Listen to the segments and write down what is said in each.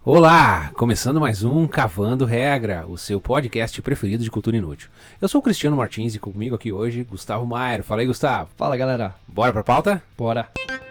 Olá! Começando mais um Cavando Regra, o seu podcast preferido de cultura inútil. Eu sou o Cristiano Martins e comigo aqui hoje, Gustavo Maier. Fala aí, Gustavo. Fala, galera. Bora pra pauta? Bora.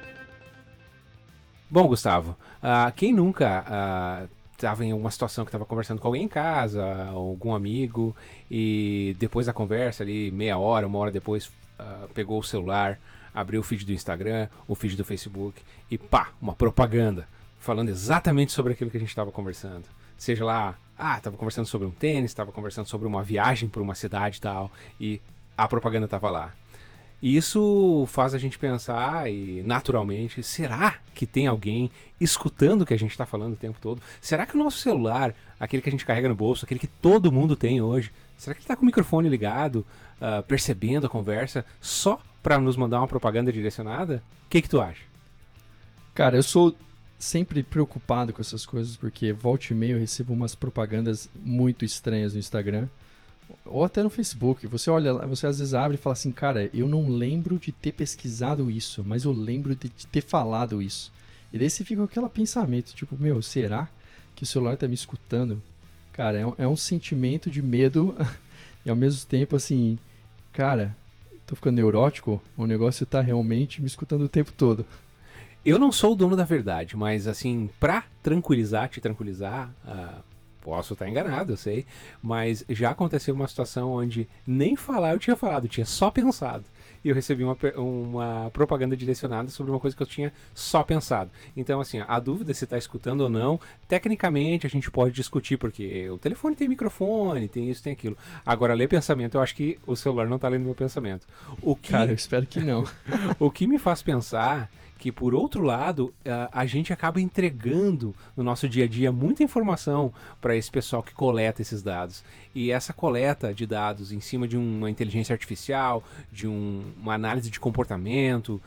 Bom, Gustavo, quem nunca estava em alguma situação que estava conversando com alguém em casa, algum amigo, e depois da conversa ali, meia hora, uma hora depois, pegou o celular, abriu o feed do Instagram, o feed do Facebook e pá, uma propaganda falando exatamente sobre aquilo que a gente estava conversando. Seja lá, estava conversando sobre um tênis, estava conversando sobre uma viagem por uma cidade e tal, e a propaganda estava lá. E isso faz a gente pensar, e naturalmente, será que tem alguém escutando o que a gente está falando o tempo todo? Será que o nosso celular, aquele que a gente carrega no bolso, aquele que todo mundo tem hoje, será que ele está com o microfone ligado, percebendo a conversa, só para nos mandar uma propaganda direcionada? O que tu acha? Cara, eu sou sempre preocupado com essas coisas, porque volta e meia eu recebo umas propagandas muito estranhas no Instagram, ou até no Facebook. Você olha lá, você às vezes abre e fala assim, cara, eu não lembro de ter pesquisado isso, mas eu lembro de ter falado isso. E daí você fica com aquele pensamento, tipo, meu, será que o celular tá me escutando? Cara, é um sentimento de medo e ao mesmo tempo, assim, cara, tô ficando neurótico, o negócio tá realmente me escutando o tempo todo. Eu não sou o dono da verdade, mas assim, pra te tranquilizar, posso estar enganado, eu sei, mas já aconteceu uma situação onde nem falar eu tinha falado, eu tinha só pensado. E eu recebi uma propaganda direcionada sobre uma coisa que eu tinha só pensado. Então, assim, a dúvida se está escutando ou não, tecnicamente a gente pode discutir, porque o telefone tem microfone, tem isso, tem aquilo. Agora, ler pensamento, eu acho que o celular não está lendo meu pensamento. Cara, eu espero que não. O que me faz pensar que, por outro lado, a gente acaba entregando no nosso dia a dia muita informação para esse pessoal que coleta esses dados. E essa coleta de dados em cima de uma inteligência artificial, de uma análise de comportamento,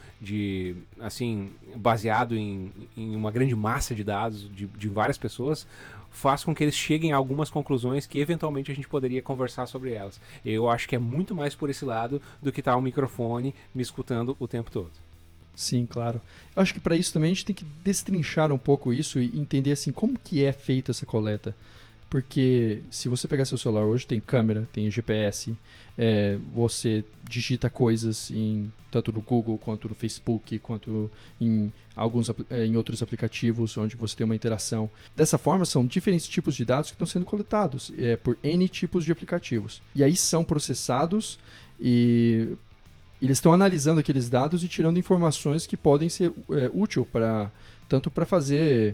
baseado em uma grande massa de dados de várias pessoas, faz com que eles cheguem a algumas conclusões que eventualmente a gente poderia conversar sobre elas. Eu acho que é muito mais por esse lado do que estar o microfone me escutando o tempo todo. Sim, claro. Eu acho que para isso também a gente tem que destrinchar um pouco isso e entender assim como que é feita essa coleta. Porque se você pegar seu celular hoje, tem câmera, tem GPS, você digita coisas tanto no Google, quanto no Facebook, quanto em outros aplicativos onde você tem uma interação. Dessa forma, são diferentes tipos de dados que estão sendo coletados por N tipos de aplicativos. E aí são processados e eles estão analisando aqueles dados e tirando informações que podem ser úteis tanto para fazer,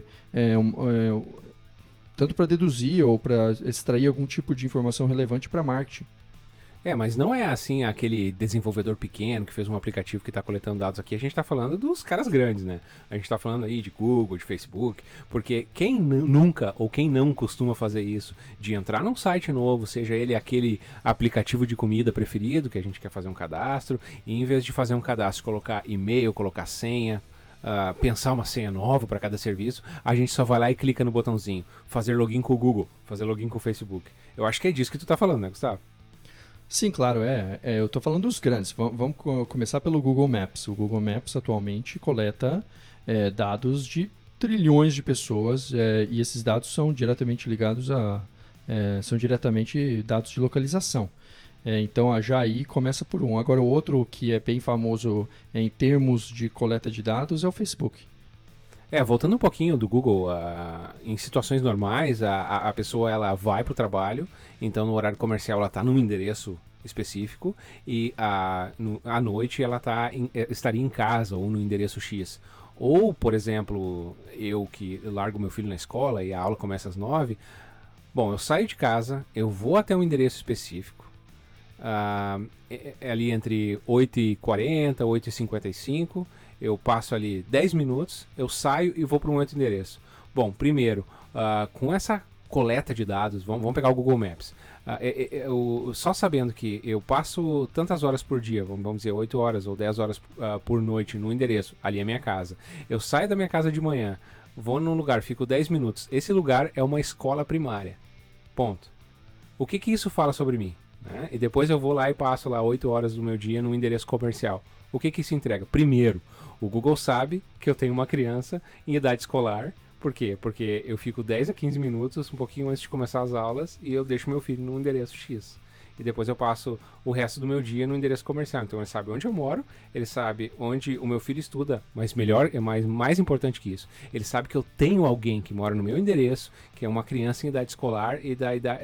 tanto para deduzir ou para extrair algum tipo de informação relevante para marketing. Mas não é assim aquele desenvolvedor pequeno que fez um aplicativo que está coletando dados aqui. A gente está falando dos caras grandes, né? A gente está falando aí de Google, de Facebook, porque quem nunca ou quem não costuma fazer isso, de entrar num site novo, seja ele aquele aplicativo de comida preferido, que a gente quer fazer um cadastro, e em vez de fazer um cadastro, colocar e-mail, colocar senha, pensar uma senha nova para cada serviço, a gente só vai lá e clica no botãozinho, fazer login com o Google, fazer login com o Facebook. Eu acho que é disso que tu tá falando, né, Gustavo? Sim, claro, eu estou falando dos grandes. Vamos começar pelo Google Maps. O Google Maps atualmente coleta dados de trilhões de pessoas e esses dados são diretamente ligados são diretamente dados de localização. Então já aí começa por um. Agora o outro que é bem famoso em termos de coleta de dados é o Facebook. Voltando um pouquinho do Google, em situações normais, a pessoa ela vai para o trabalho, então no horário comercial ela está num endereço específico e à noite ela estaria em casa ou no endereço X. Ou, por exemplo, eu que largo meu filho na escola e a aula começa às 9, bom, eu saio de casa, eu vou até um endereço específico, ali entre 8h40, 8h55, eu passo ali 10 minutos, eu saio e vou para um outro endereço. Bom, primeiro, com essa coleta de dados, vamos pegar o Google Maps. Só sabendo que eu passo tantas horas por dia, vamos dizer 8 horas ou 10 horas por noite no endereço, ali é a minha casa. Eu saio da minha casa de manhã, vou num lugar, fico 10 minutos. Esse lugar é uma escola primária. Ponto. O que isso fala sobre mim? Né? E depois eu vou lá e passo lá 8 horas do meu dia num endereço comercial. O que isso entrega? Primeiro, o Google sabe que eu tenho uma criança em idade escolar, Por quê? Porque eu fico 10 a 15 minutos, um pouquinho antes de começar as aulas, e eu deixo meu filho no endereço X. E depois eu passo o resto do meu dia no endereço comercial. Então ele sabe onde eu moro, ele sabe onde o meu filho estuda, mas melhor, mais importante que isso, ele sabe que eu tenho alguém que mora no meu endereço, que é uma criança em idade escolar e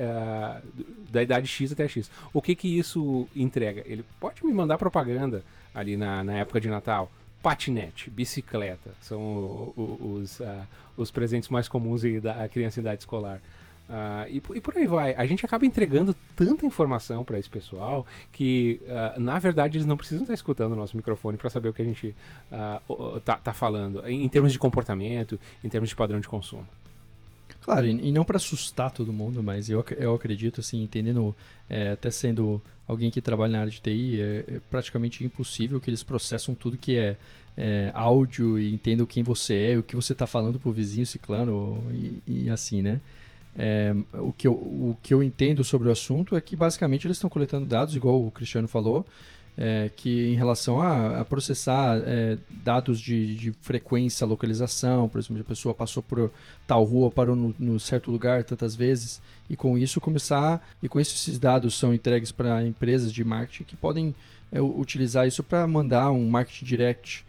da idade X até X. O que isso entrega? Ele pode me mandar propaganda ali na época de Natal. Patinete, bicicleta, são os presentes mais comuns da criança em idade escolar. E por aí vai. A gente acaba entregando tanta informação para esse pessoal que, na verdade, eles não precisam estar escutando o nosso microfone para saber o que a gente tá falando, em termos de comportamento, em termos de padrão de consumo. Claro, e não para assustar todo mundo, mas eu acredito, assim, entendendo, até sendo alguém que trabalha na área de TI, é praticamente impossível que eles processam tudo que é áudio e entendam quem você é, o que você está falando pro vizinho ciclano e assim, né? O que eu entendo sobre o assunto é que basicamente eles estão coletando dados, igual o Cristiano falou, que em relação a processar dados de frequência, localização, por exemplo, a pessoa passou por tal rua, parou no certo lugar tantas vezes, e com isso esses dados são entregues para empresas de marketing que podem utilizar isso para mandar um marketing direct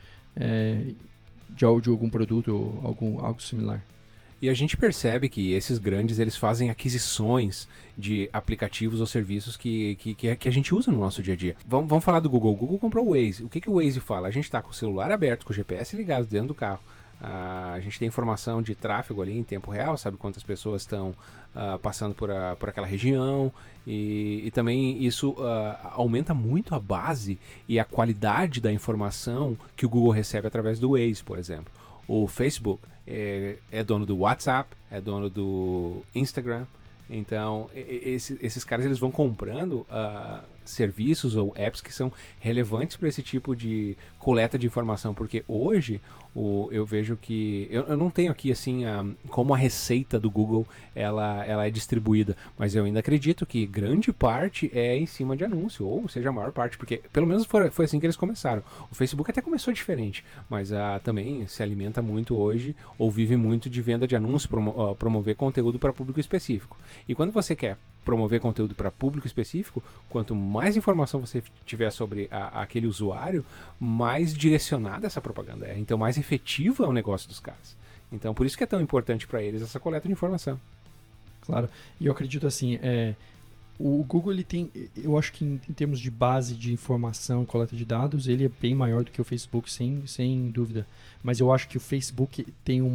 de algum produto ou algo similar. E a gente percebe que esses grandes, eles fazem aquisições de aplicativos ou serviços que a gente usa no nosso dia a dia. Vamos falar do Google. O Google comprou o Waze. O que o Waze fala? A gente está com o celular aberto, com o GPS ligado dentro do carro. A gente tem informação de tráfego ali em tempo real, sabe quantas pessoas estão passando por aquela região, e também isso aumenta muito a base e a qualidade da informação que o Google recebe através do Waze, por exemplo. O Facebook é dono do WhatsApp, é dono do Instagram. Então, esses caras eles vão comprando serviços ou apps que são relevantes para esse tipo de coleta de informação, porque hoje eu vejo que eu não tenho aqui assim como a receita do Google ela é distribuída, mas eu ainda acredito que grande parte é em cima de anúncio, ou seja, a maior parte, porque pelo menos foi assim que eles começaram. O Facebook até começou diferente, mas também se alimenta muito hoje, ou vive muito de venda de anúncios, promover conteúdo para público específico. E quando você quer promover conteúdo para público específico, quanto mais informação você tiver sobre aquele usuário, mais direcionada essa propaganda é. Então, mais efetivo é o negócio dos caras. Então, por isso que é tão importante para eles essa coleta de informação. Claro. E eu acredito assim, o Google, ele tem, eu acho que em termos de base de informação, coleta de dados, ele é bem maior do que o Facebook, sem dúvida. Mas eu acho que o Facebook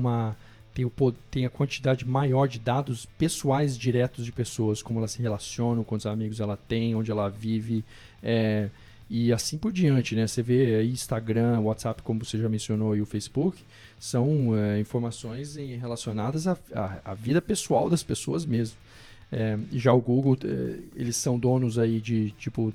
tem a quantidade maior de dados pessoais diretos de pessoas, como elas se relacionam, quantos amigos ela tem, onde ela vive, e assim por diante, né? Você vê aí Instagram, WhatsApp, como você já mencionou, e o Facebook, são informações relacionadas à vida pessoal das pessoas mesmo. E já o Google, eles são donos aí de, tipo,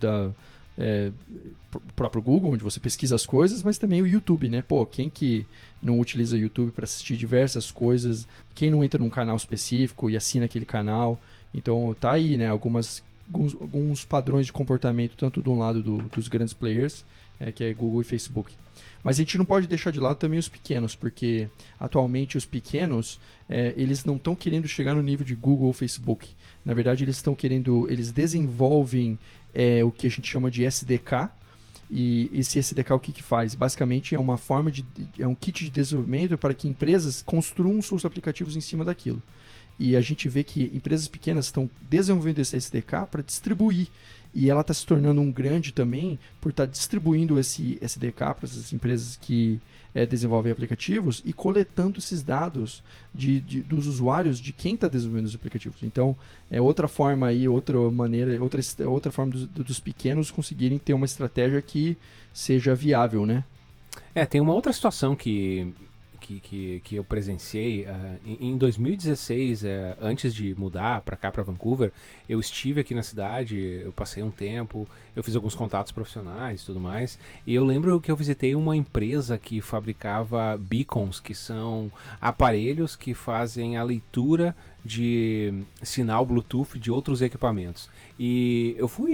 o próprio Google, onde você pesquisa as coisas, mas também o YouTube, né? Pô, quem que não utiliza o YouTube para assistir diversas coisas? Quem não entra num canal específico e assina aquele canal? Então, tá aí, né? Alguns padrões de comportamento, tanto de um lado dos grandes players, que é Google e Facebook. Mas a gente não pode deixar de lado também os pequenos, porque atualmente os pequenos, eles não estão querendo chegar no nível de Google ou Facebook. Na verdade, eles desenvolvem o que a gente chama de SDK, e esse SDK o que faz? Basicamente é uma forma é um kit de desenvolvimento para que empresas construam seus aplicativos em cima daquilo. E a gente vê que empresas pequenas estão desenvolvendo esse SDK para distribuir. E ela está se tornando um grande também por estar distribuindo esse SDK para essas empresas que desenvolvem aplicativos e coletando esses dados dos usuários de quem está desenvolvendo os aplicativos. Então, é outra forma aí, outra maneira, outra forma dos pequenos conseguirem ter uma estratégia que seja viável, né? Tem uma outra situação que eu presenciei em 2016, antes de mudar para cá, para Vancouver. Eu estive aqui na cidade, eu passei um tempo, eu fiz alguns contatos profissionais e tudo mais, e eu lembro que eu visitei uma empresa que fabricava beacons, que são aparelhos que fazem a leitura de sinal Bluetooth de outros equipamentos. E eu fui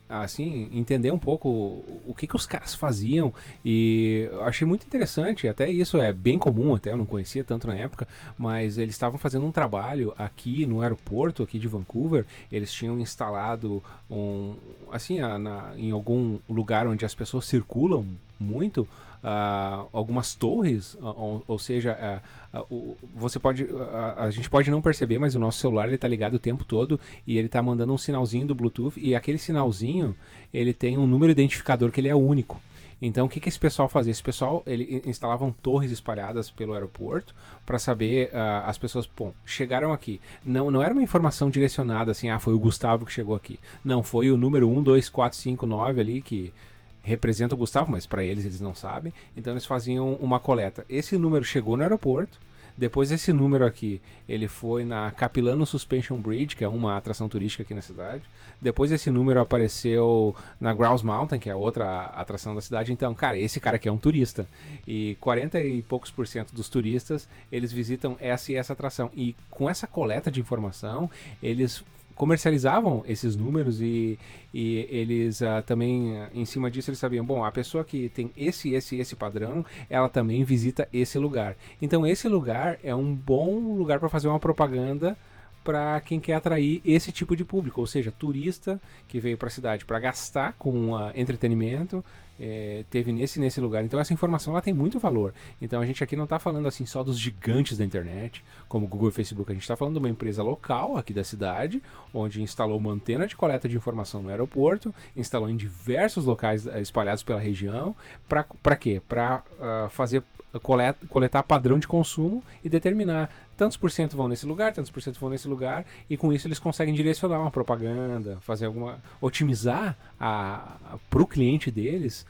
assim, entender um pouco o que os caras faziam, e eu achei muito interessante, até isso é bem comum, até eu não conhecia tanto na época, mas eles estavam fazendo um trabalho aqui no aeroporto, aqui de Vancouver. Eles tinham instalado assim, em algum lugar onde as pessoas circulam muito, algumas torres, ou seja, você pode, a gente pode não perceber, mas o nosso celular ele está ligado o tempo todo e ele está mandando um sinalzinho do Bluetooth, e aquele sinalzinho ele tem um número identificador que ele é único. Então o que esse pessoal fazia? Esse pessoal ele instalavam torres espalhadas pelo aeroporto para saber, as pessoas, bom, chegaram aqui. Não era uma informação direcionada assim, foi o Gustavo que chegou aqui. Não, foi o número 12459 ali que representa o Gustavo, mas para eles não sabem. Então eles faziam uma coleta. Esse número chegou no aeroporto. Depois esse número aqui, ele foi na Capilano Suspension Bridge, que é uma atração turística aqui na cidade. Depois esse número apareceu na Grouse Mountain, que é outra atração da cidade. Então, cara, esse cara aqui é um turista. E 40 e poucos % dos turistas, eles visitam essa e essa atração. E com essa coleta de informação, eles comercializavam esses números, e eles também, em cima disso, eles sabiam, bom, a pessoa que tem esse padrão, ela também visita esse lugar. Então esse lugar é um bom lugar para fazer uma propaganda para quem quer atrair esse tipo de público, ou seja, turista que veio para a cidade para gastar com entretenimento, teve nesse lugar. Então essa informação ela tem muito valor. Então a gente aqui não está falando assim só dos gigantes da internet, como Google e Facebook. A gente está falando de uma empresa local aqui da cidade, onde instalou uma antena de coleta de informação no aeroporto, instalou em diversos locais espalhados pela região. Para quê? Para coletar padrão de consumo e determinar tantos por cento vão nesse lugar, tantos por cento vão nesse lugar, e com isso eles conseguem direcionar uma propaganda, fazer otimizar para o cliente deles,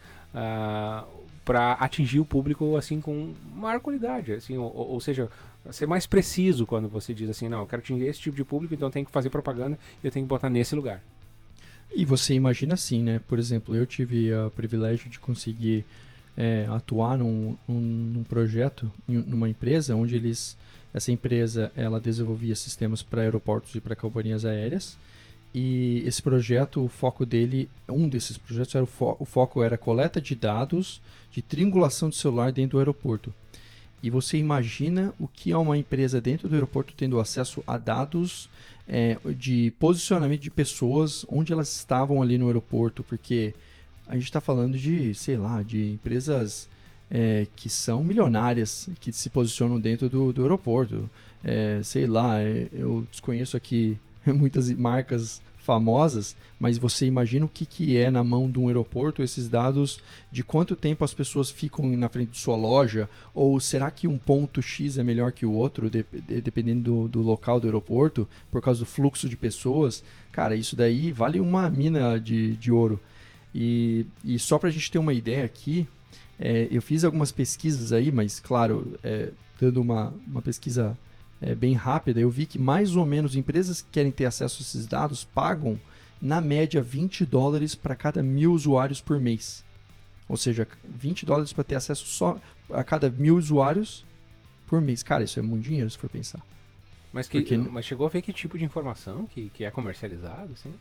para atingir o público assim com maior qualidade, assim, ou seja, ser mais preciso quando você diz assim, não, eu quero atingir esse tipo de público, então eu tenho que fazer propaganda e eu tenho que botar nesse lugar. E você imagina assim, né? Por exemplo, eu tive o privilégio de conseguir atuar num projeto, numa empresa onde essa empresa ela desenvolvia sistemas para aeroportos e para companhias aéreas, e esse projeto, o foco dele, um desses projetos, o foco era coleta de dados de triangulação de celular dentro do aeroporto. E você imagina o que é uma empresa dentro do aeroporto tendo acesso a dados de posicionamento de pessoas, onde elas estavam ali no aeroporto, porque a gente está falando de, sei lá, de empresas que são milionárias, que se posicionam dentro do aeroporto. Sei lá, eu desconheço aqui muitas marcas famosas, mas você imagina o que é na mão de um aeroporto esses dados, de quanto tempo as pessoas ficam na frente de sua loja, ou será que um ponto X é melhor que o outro, dependendo do local do aeroporto, por causa do fluxo de pessoas. Cara, isso daí vale uma mina de ouro. E só para a gente ter uma ideia aqui, eu fiz algumas pesquisas aí, mas claro, dando uma pesquisa bem rápida, eu vi que mais ou menos empresas que querem ter acesso a esses dados pagam, na média, $20 para cada 1.000 usuários por mês. Ou seja, $20 para ter acesso só a cada 1.000 usuários por mês. Cara, isso é muito dinheiro se for pensar. Mas chegou a ver que tipo de informação que é comercializado, assim?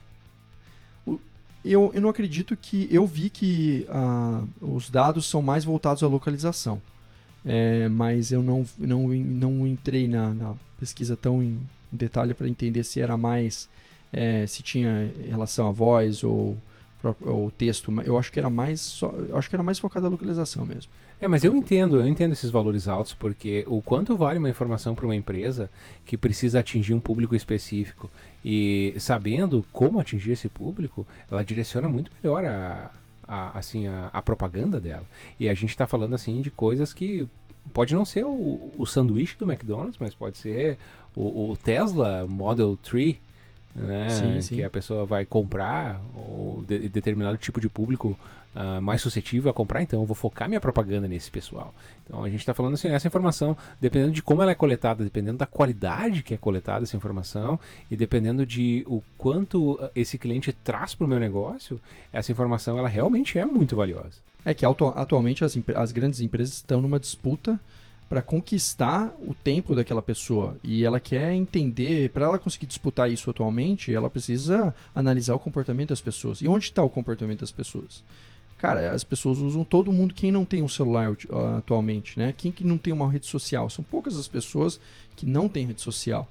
Eu não acredito que... Eu vi que os dados são mais voltados à localização. Mas eu não entrei na pesquisa tão em detalhe para entender se era mais... se tinha relação à voz ou texto. Eu acho que era mais focado na localização mesmo. Mas eu entendo esses valores altos, porque o quanto vale uma informação para uma empresa que precisa atingir um público específico, e sabendo como atingir esse público, ela direciona muito melhor a propaganda dela. E a gente está falando assim de coisas que pode não ser o sanduíche do McDonald's, mas pode ser o Tesla Model 3, né? Sim. Que a pessoa vai comprar, ou determinado tipo de público mais suscetível a comprar. Então eu vou focar minha propaganda nesse pessoal. Então a gente está falando assim, essa informação, dependendo de como ela é coletada, dependendo da qualidade que é coletada essa informação, e dependendo de o quanto esse cliente traz para o meu negócio, essa informação ela realmente é muito valiosa. Que atualmente as grandes empresas estão numa disputa para conquistar o tempo daquela pessoa. E ela quer entender, para ela conseguir disputar isso atualmente, ela precisa analisar o comportamento das pessoas. E onde está o comportamento das pessoas? Cara, as pessoas usam todo mundo, quem não tem um celular atualmente, né? Quem que não tem uma rede social? São poucas as pessoas que não têm rede social.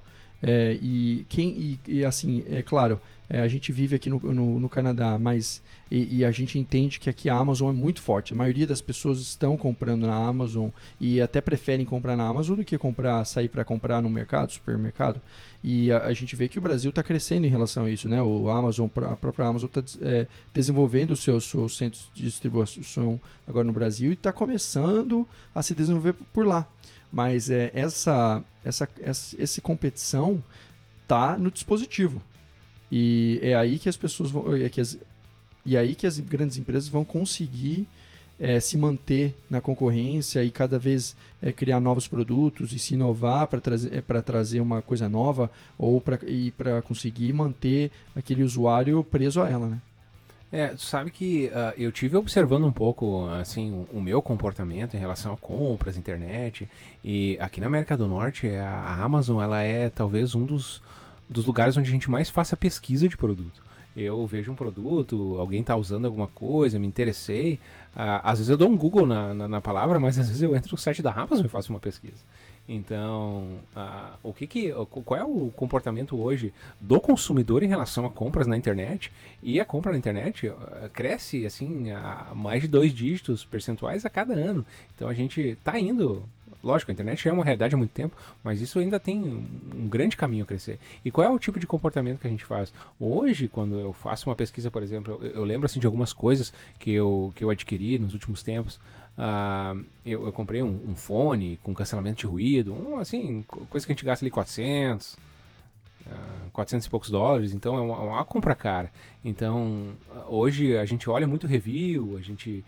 Assim, é claro, a gente vive aqui no Canadá, mas e a gente entende que aqui a Amazon é muito forte. A maioria das pessoas estão comprando na Amazon e até preferem comprar na Amazon do que sair para comprar no mercado, supermercado. E a gente vê que o Brasil está crescendo em relação a isso, né? A própria Amazon está desenvolvendo os seus centros de distribuição agora no Brasil e está começando a se desenvolver por lá. Mas essa competição tá no dispositivo. E é aí que as pessoas vão. E aí que as grandes empresas vão conseguir se manter na concorrência e cada vez criar novos produtos e se inovar para trazer uma coisa nova ou para conseguir manter aquele usuário preso a ela, né? Tu sabe que eu tive observando um pouco assim o meu comportamento em relação a compras, internet, e aqui na América do Norte a Amazon ela é talvez um dos lugares onde a gente mais faça pesquisa de produto. Eu vejo um produto, alguém está usando alguma coisa, me interessei, às vezes eu dou um Google na palavra, mas às vezes eu entro no site da Amazon e faço uma pesquisa. Então, qual é o comportamento hoje do consumidor em relação a compras na internet? E a compra na internet cresce assim a mais de 2 dígitos percentuais a cada ano. Então a gente está indo. Lógico, a internet já é uma realidade há muito tempo, mas isso ainda tem um grande caminho a crescer. E qual é o tipo de comportamento que a gente faz? Hoje, quando eu faço uma pesquisa, por exemplo, eu lembro assim, de algumas coisas que eu adquiri nos últimos tempos. Eu comprei um fone com cancelamento de ruído, assim, coisa que a gente gasta ali 400 e poucos dólares, então é uma compra cara. Então, hoje a gente olha muito review, a gente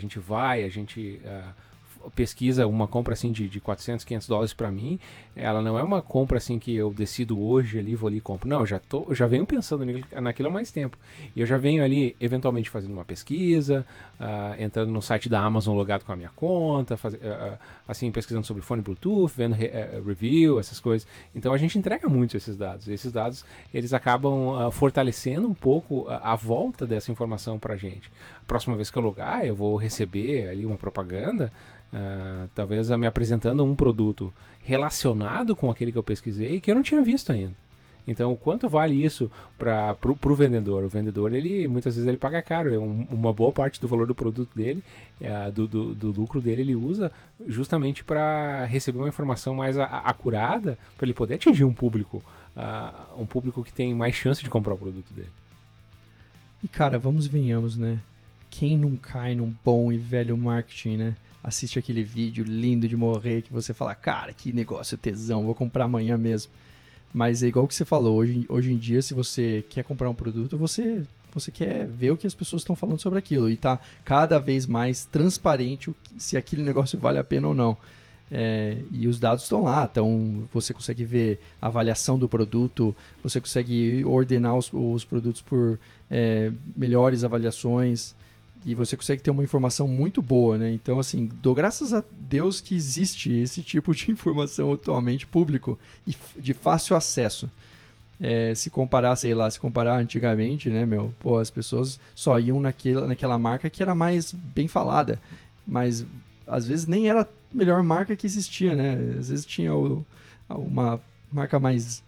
pesquisa uma compra assim de 400, 500 dólares para mim, ela não é uma compra assim que eu decido hoje ali, vou ali e compro. Não, eu já venho pensando naquilo há mais tempo. E eu já venho ali, eventualmente, fazendo uma pesquisa, entrando no site da Amazon logado com a minha conta, assim, pesquisando sobre fone Bluetooth, vendo review, essas coisas. Então a gente entrega muito esses dados. Esses dados, eles acabam fortalecendo um pouco a volta dessa informação para a gente. Próxima vez que eu logar, eu vou receber ali uma propaganda, talvez me apresentando um produto relacionado com aquele que eu pesquisei que eu não tinha visto ainda. Então, o quanto vale isso para o vendedor? O vendedor, muitas vezes ele paga caro. Uma boa parte do valor do produto dele, do lucro dele, ele usa justamente para receber uma informação mais acurada, para ele poder atingir um público que tem mais chance de comprar o produto dele. E cara, vamos e venhamos, né? Quem não cai num bom e velho marketing, né? Assiste aquele vídeo lindo de morrer que você fala, cara, que negócio tesão, vou comprar amanhã mesmo. Mas é igual que você falou, hoje em dia, se você quer comprar um produto, você quer ver o que as pessoas estão falando sobre aquilo. E tá cada vez mais transparente se aquele negócio vale a pena ou não. E os dados estão lá, então você consegue ver a avaliação do produto, você consegue ordenar os produtos por melhores avaliações. E você consegue ter uma informação muito boa, né? Então, assim, dou graças a Deus que existe esse tipo de informação atualmente público e de fácil acesso. Se comparar antigamente, né, as pessoas só iam naquela marca que era mais bem falada. Mas, às vezes, nem era a melhor marca que existia, né? Às vezes tinha uma marca mais,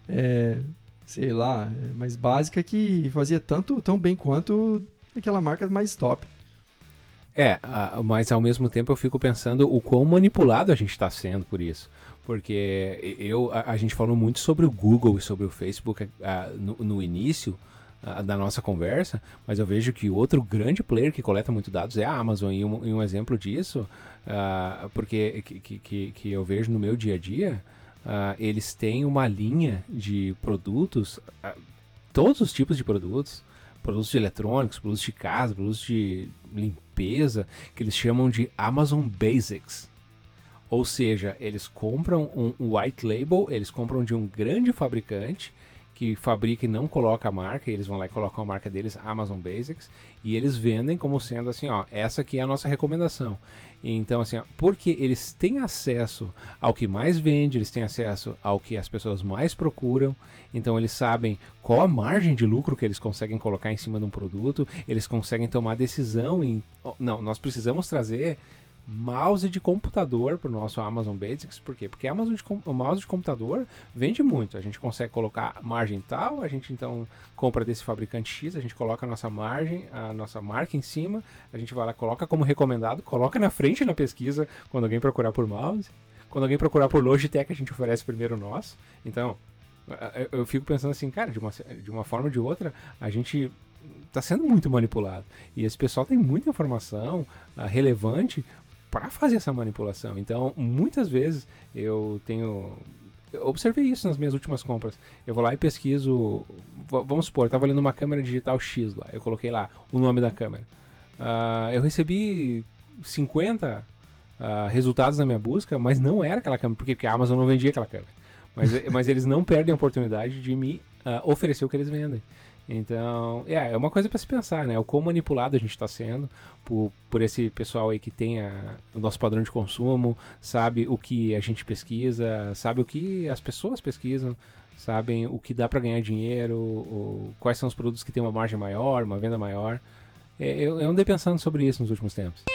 mais básica que fazia tão bem quanto aquela marca mais top. Mas ao mesmo tempo eu fico pensando o quão manipulado a gente está sendo por isso. Porque a gente falou muito sobre o Google e sobre o Facebook no início da nossa conversa, mas eu vejo que outro grande player que coleta muito dados é a Amazon. E um exemplo disso, porque que eu vejo no meu dia a dia, eles têm uma linha de produtos, todos os tipos de produtos de eletrônicos, produtos de casa, produtos de limpeza, que eles chamam de Amazon Basics. Ou seja, eles compram um white label, eles compram de um grande fabricante que fabrica e não coloca a marca, eles vão lá e colocam a marca deles, Amazon Basics, e eles vendem como sendo assim, ó, essa aqui é a nossa recomendação. Então, assim, ó, porque eles têm acesso ao que mais vende, eles têm acesso ao que as pessoas mais procuram, então eles sabem qual a margem de lucro que eles conseguem colocar em cima de um produto, eles conseguem tomar decisão em, não, nós precisamos trazer mouse de computador para o nosso Amazon Basics, por quê? Porque o mouse de computador vende muito, a gente consegue colocar margem tal, a gente então compra desse fabricante X, a gente coloca a nossa margem, a nossa marca em cima, a gente vai lá, coloca como recomendado, coloca na frente na pesquisa quando alguém procurar por mouse, quando alguém procurar por Logitech a gente oferece primeiro o nosso, então eu fico pensando assim, cara, de uma forma ou de outra, a gente está sendo muito manipulado, e esse pessoal tem muita informação relevante para fazer essa manipulação. Então, muitas vezes eu observei isso nas minhas últimas compras. Eu vou lá e pesquiso, vamos supor, eu estava lendo uma câmera digital X lá, eu coloquei lá o nome da câmera. Eu recebi 50 resultados na minha busca, mas não era aquela câmera, porque a Amazon não vendia aquela câmera. Mas eles não perdem a oportunidade de me oferecer o que eles vendem. Então, é uma coisa para se pensar, né? O quão manipulado a gente está sendo por esse pessoal aí que tem o nosso padrão de consumo, sabe o que a gente pesquisa, sabe o que as pessoas pesquisam, sabem o que dá para ganhar dinheiro, quais são os produtos que têm uma margem maior, uma venda maior. Eu andei pensando sobre isso nos últimos tempos.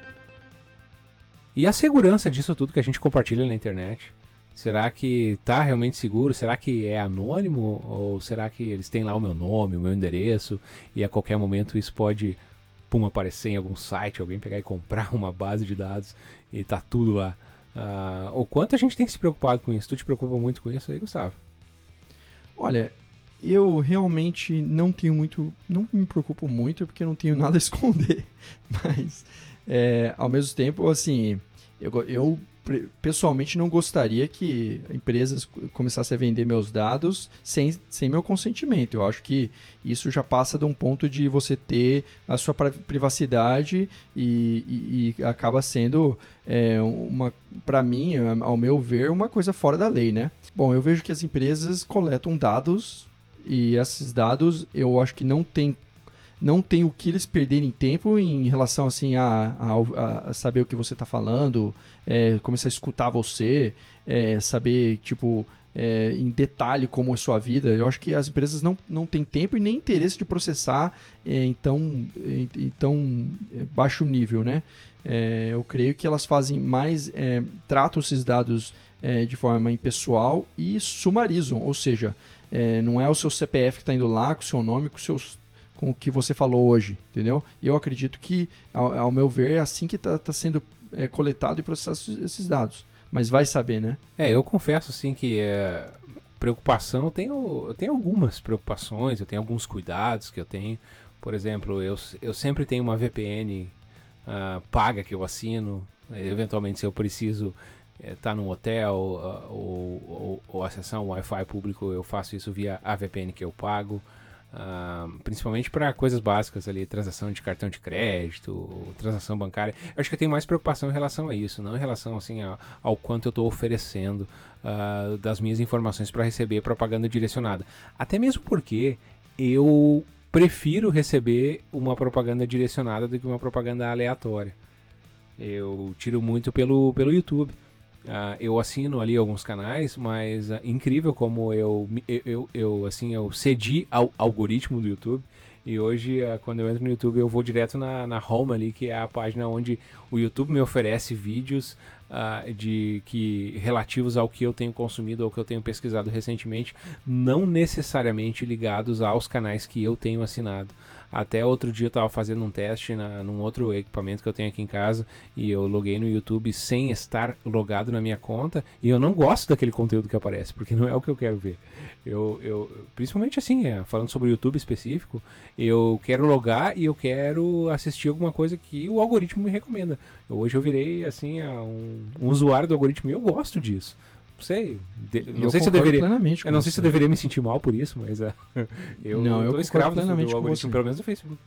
E a segurança disso tudo que a gente compartilha na internet. Será que está realmente seguro? Será que é anônimo? Ou será que eles têm lá o meu nome, o meu endereço e a qualquer momento isso pode aparecer em algum site, alguém pegar e comprar uma base de dados e tá tudo lá? O quanto a gente tem se preocupado com isso? Tu te preocupa muito com isso aí, Gustavo? Olha, eu realmente não me preocupo muito porque eu não tenho nada a esconder. Mas, ao mesmo tempo, assim, eu pessoalmente não gostaria que empresas começassem a vender meus dados sem meu consentimento. Eu acho que isso já passa de um ponto de você ter a sua privacidade e acaba sendo, para mim, ao meu ver, uma coisa fora da lei, né? Bom, eu vejo que as empresas coletam dados e esses dados eu acho que não tem o que eles perderem tempo em relação assim, a saber o que você está falando, começar a escutar você, saber tipo, em detalhe como é a sua vida. Eu acho que as empresas não têm tempo e nem interesse de processar em tão baixo nível, né? Eu creio que elas fazem mais, tratam esses dados de forma impessoal e sumarizam, ou seja, não é o seu CPF que está indo lá com o seu nome, com o que você falou hoje, entendeu? E eu acredito que, ao meu ver, é assim que está sendo coletado e processado esses dados. Mas vai saber, né? Eu confesso, assim, que preocupação, eu tenho algumas preocupações, eu tenho alguns cuidados que eu tenho. Por exemplo, eu sempre tenho uma VPN paga que eu assino. Eventualmente, se eu preciso estar num hotel ou acessar um Wi-Fi público, eu faço isso via a VPN que eu pago. Principalmente para coisas básicas ali, transação de cartão de crédito, transação bancária. Eu acho que eu tenho mais preocupação em relação a isso, não em relação assim ao quanto eu estou oferecendo das minhas informações para receber propaganda direcionada. Até mesmo porque eu prefiro receber uma propaganda direcionada do que uma propaganda aleatória. Eu tiro muito pelo YouTube. Eu assino ali alguns canais, mas incrível como eu cedi ao algoritmo do YouTube. E hoje, quando eu entro no YouTube, eu vou direto na home ali, que é a página onde o YouTube me oferece vídeos relativos ao que eu tenho consumido ou que eu tenho pesquisado recentemente, não necessariamente ligados aos canais que eu tenho assinado. Até outro dia eu estava fazendo um teste num outro equipamento que eu tenho aqui em casa e eu loguei no YouTube sem estar logado na minha conta e eu não gosto daquele conteúdo que aparece, porque não é o que eu quero ver. Principalmente assim, falando sobre o YouTube específico, eu quero logar e eu quero assistir alguma coisa que o algoritmo me recomenda. Hoje eu virei assim um usuário do algoritmo e eu gosto disso. Não sei, não sei se eu deveria. Eu não sei se eu deveria me sentir mal por isso, mas eu tô escravo do algoritmo, pelo menos do Facebook.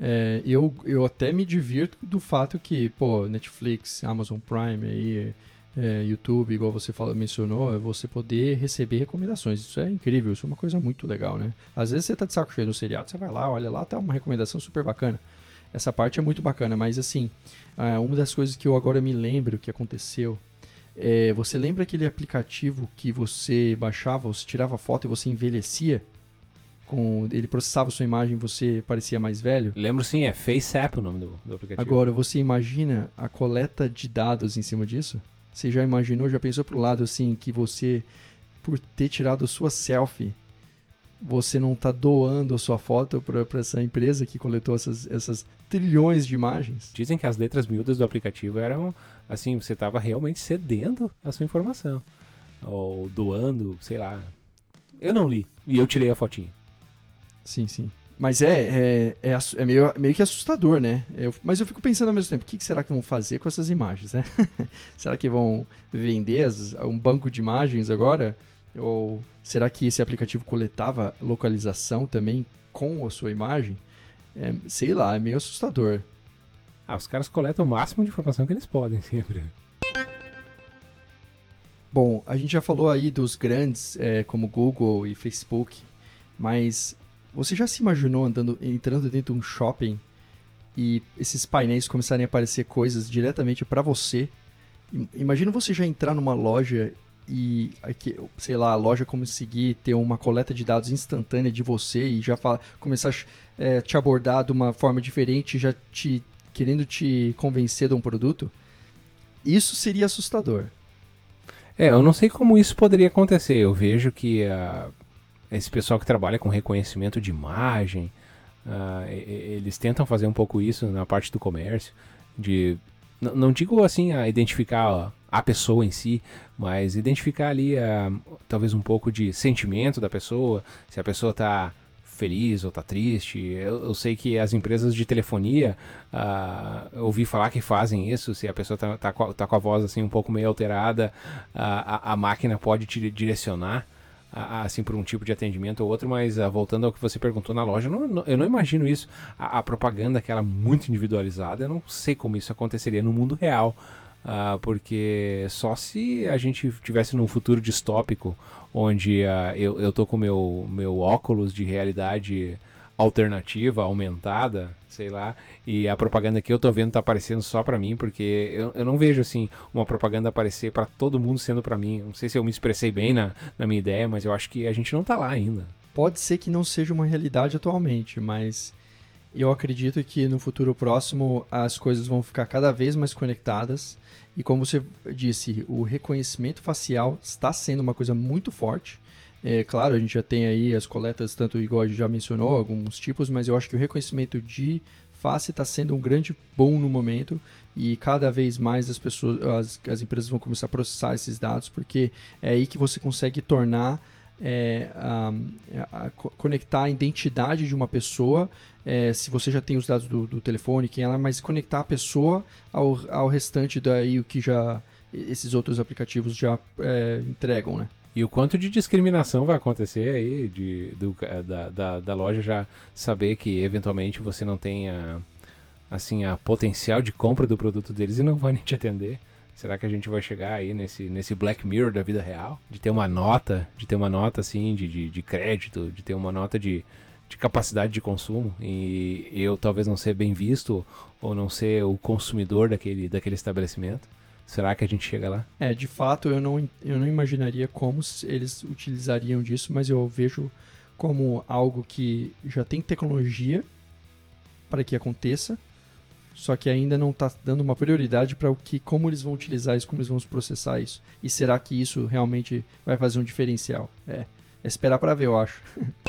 Eu até me divirto do fato que, pô, Netflix, Amazon Prime aí, YouTube, igual você mencionou, é você poder receber recomendações. Isso é incrível, isso é uma coisa muito legal, né? Às vezes você tá de saco cheio no seriado, você vai lá, olha lá, tá uma recomendação super bacana. Essa parte é muito bacana, mas assim, uma das coisas que eu agora me lembro que aconteceu, você lembra aquele aplicativo que você baixava, você tirava foto e você envelhecia? Ele processava sua imagem e você parecia mais velho? Lembro sim, é FaceApp o nome do aplicativo. Agora, você imagina a coleta de dados em cima disso? Você já imaginou, já pensou pro lado assim, que você, por ter tirado sua selfie, você não está doando a sua foto para essa empresa que coletou essas trilhões de imagens? Dizem que as letras miúdas do aplicativo eram, assim, você estava realmente cedendo a sua informação. Ou doando, sei lá. Eu não li, e eu tirei a fotinha. Sim, sim. Mas é meio que assustador, né? Mas eu fico pensando ao mesmo tempo, o que será que vão fazer com essas imagens, né? Será que vão vender um banco de imagens agora? Ou será que esse aplicativo coletava localização também com a sua imagem? Sei lá, é meio assustador. Os caras coletam o máximo de informação que eles podem sempre. Bom, a gente já falou aí dos grandes, como Google e Facebook, mas você já se imaginou entrando dentro de um shopping e esses painéis começarem a aparecer coisas diretamente para você? Imagina você já entrar numa loja e, sei lá, a loja conseguir ter uma coleta de dados instantânea de você e já começar a te abordar de uma forma diferente, já querendo te convencer de um produto. Isso seria assustador. Eu não sei como isso poderia acontecer. Eu vejo que esse pessoal que trabalha com reconhecimento de imagem, eles tentam fazer um pouco isso na parte do comércio, não digo assim a identificar a pessoa em si, mas identificar ali talvez um pouco de sentimento da pessoa, se a pessoa está feliz ou está triste. Eu sei que as empresas de telefonia, eu ouvi falar que fazem isso. Se a pessoa tá com a voz assim um pouco meio alterada, a máquina pode te direcionar assim por um tipo de atendimento ou outro. Mas voltando ao que você perguntou na loja, eu não imagino isso. A propaganda, aquela muito individualizada, eu não sei como isso aconteceria no mundo real. Porque só se a gente tivesse num futuro distópico onde eu tô com meu óculos de realidade alternativa, aumentada, sei lá, e a propaganda que eu tô vendo tá aparecendo só pra mim, porque eu não vejo assim uma propaganda aparecer pra todo mundo sendo pra mim. Não sei se eu me expressei bem na minha ideia, mas eu acho que a gente não tá lá ainda. Pode ser que não seja uma realidade atualmente, mas eu acredito que no futuro próximo as coisas vão ficar cada vez mais conectadas. E como você disse, o reconhecimento facial está sendo uma coisa muito forte. Claro, a gente já tem aí as coletas, tanto igual a gente já mencionou, alguns tipos, mas eu acho que o reconhecimento de face está sendo um grande boom no momento e cada vez mais as empresas vão começar a processar esses dados, porque é aí que você consegue tornar conectar a identidade de uma pessoa, se você já tem os dados do telefone, quem ela é, mas conectar a pessoa ao restante daí o que esses outros aplicativos já entregam, né? E o quanto de discriminação vai acontecer aí da loja já saber que eventualmente você não tem a potencial de compra do produto deles e não vai nem te atender. Será que a gente vai chegar aí nesse Black Mirror da vida real? De ter uma nota assim, de crédito, de ter uma nota de capacidade de consumo, e eu talvez não ser bem visto ou não ser o consumidor daquele estabelecimento? Será que a gente chega lá? De fato, eu não imaginaria como eles utilizariam disso, mas eu vejo como algo que já tem tecnologia para que aconteça, só que ainda não está dando uma prioridade para como eles vão utilizar isso, como eles vão processar isso. E será que isso realmente vai fazer um diferencial? É esperar para ver, eu acho.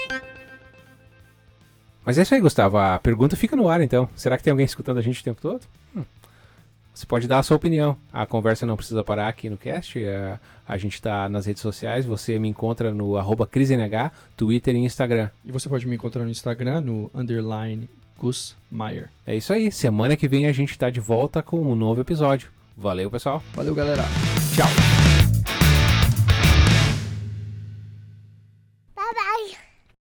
Mas é isso aí, Gustavo. A pergunta fica no ar, então. Será que tem alguém escutando a gente o tempo todo? Você pode dar a sua opinião. A conversa não precisa parar aqui no cast. A gente está nas redes sociais. Você me encontra no @ChrisNH, Twitter e Instagram. E você pode me encontrar no Instagram, no _Gus Maier. É isso aí. Semana que vem a gente está de volta com um novo episódio. Valeu, pessoal. Valeu, galera. Tchau.